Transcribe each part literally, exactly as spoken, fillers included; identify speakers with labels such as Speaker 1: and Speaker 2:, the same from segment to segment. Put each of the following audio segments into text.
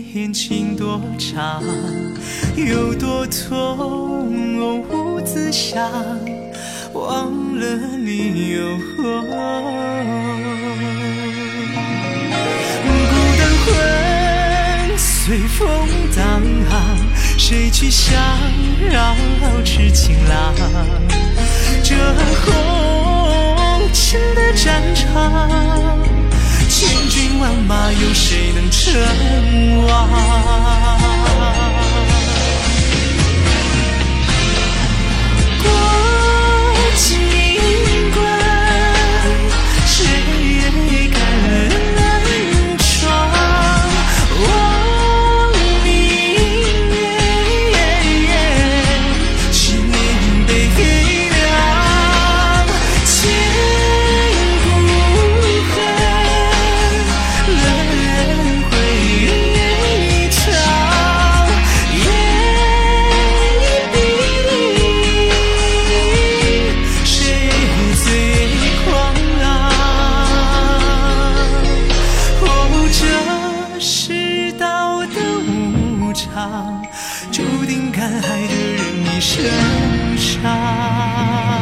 Speaker 1: 恋情多长，有多痛，无自想，忘了你又何？孤单魂随风荡，谁去想绕痴情郎？这红尘的战场，千军万马，有谁能称王？过尽关，谁敢闯？望明月，千年悲凉，千古恨，轮回一场，眼一闭，谁最狂浪？哦，这世道的无常，注定敢爱的人一生伤。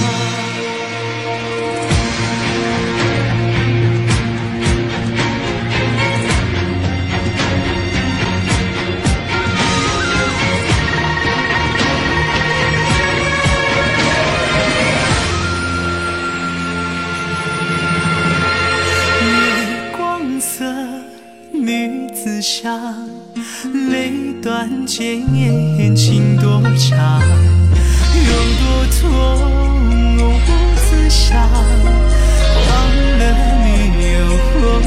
Speaker 1: 月光色，女子香，泪断剑眼，情多长，有多痛，无自想，忘了你又何？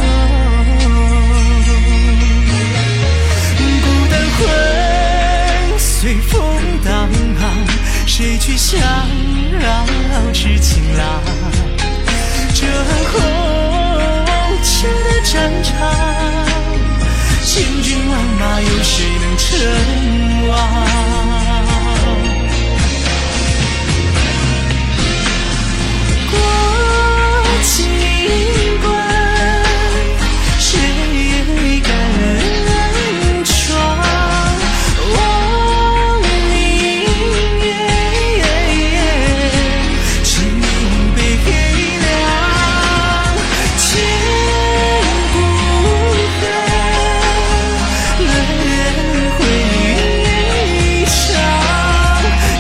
Speaker 1: 孤单魂随风荡，谁去想绕痴情郎？这红尘的战场，千军万马，有谁能称王？过尽关，谁敢闯？望明月，千年悲凉，千古恨，轮回一场，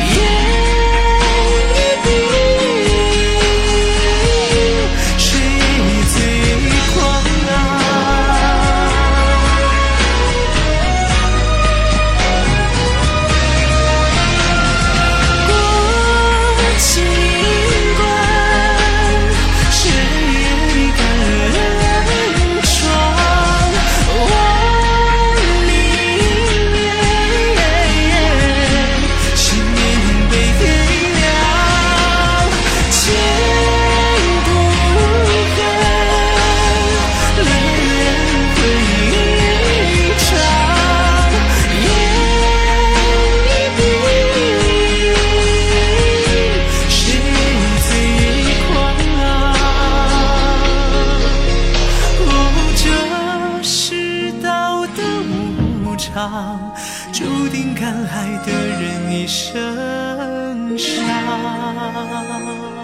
Speaker 1: 眼一闭，谁最狂浪？过尽关，谁敢闯？望明月，千年悲凉，千古恨，轮回一场，眼一闭，谁最狂浪？哦，这世道的无常，注定敢爱的人一生伤。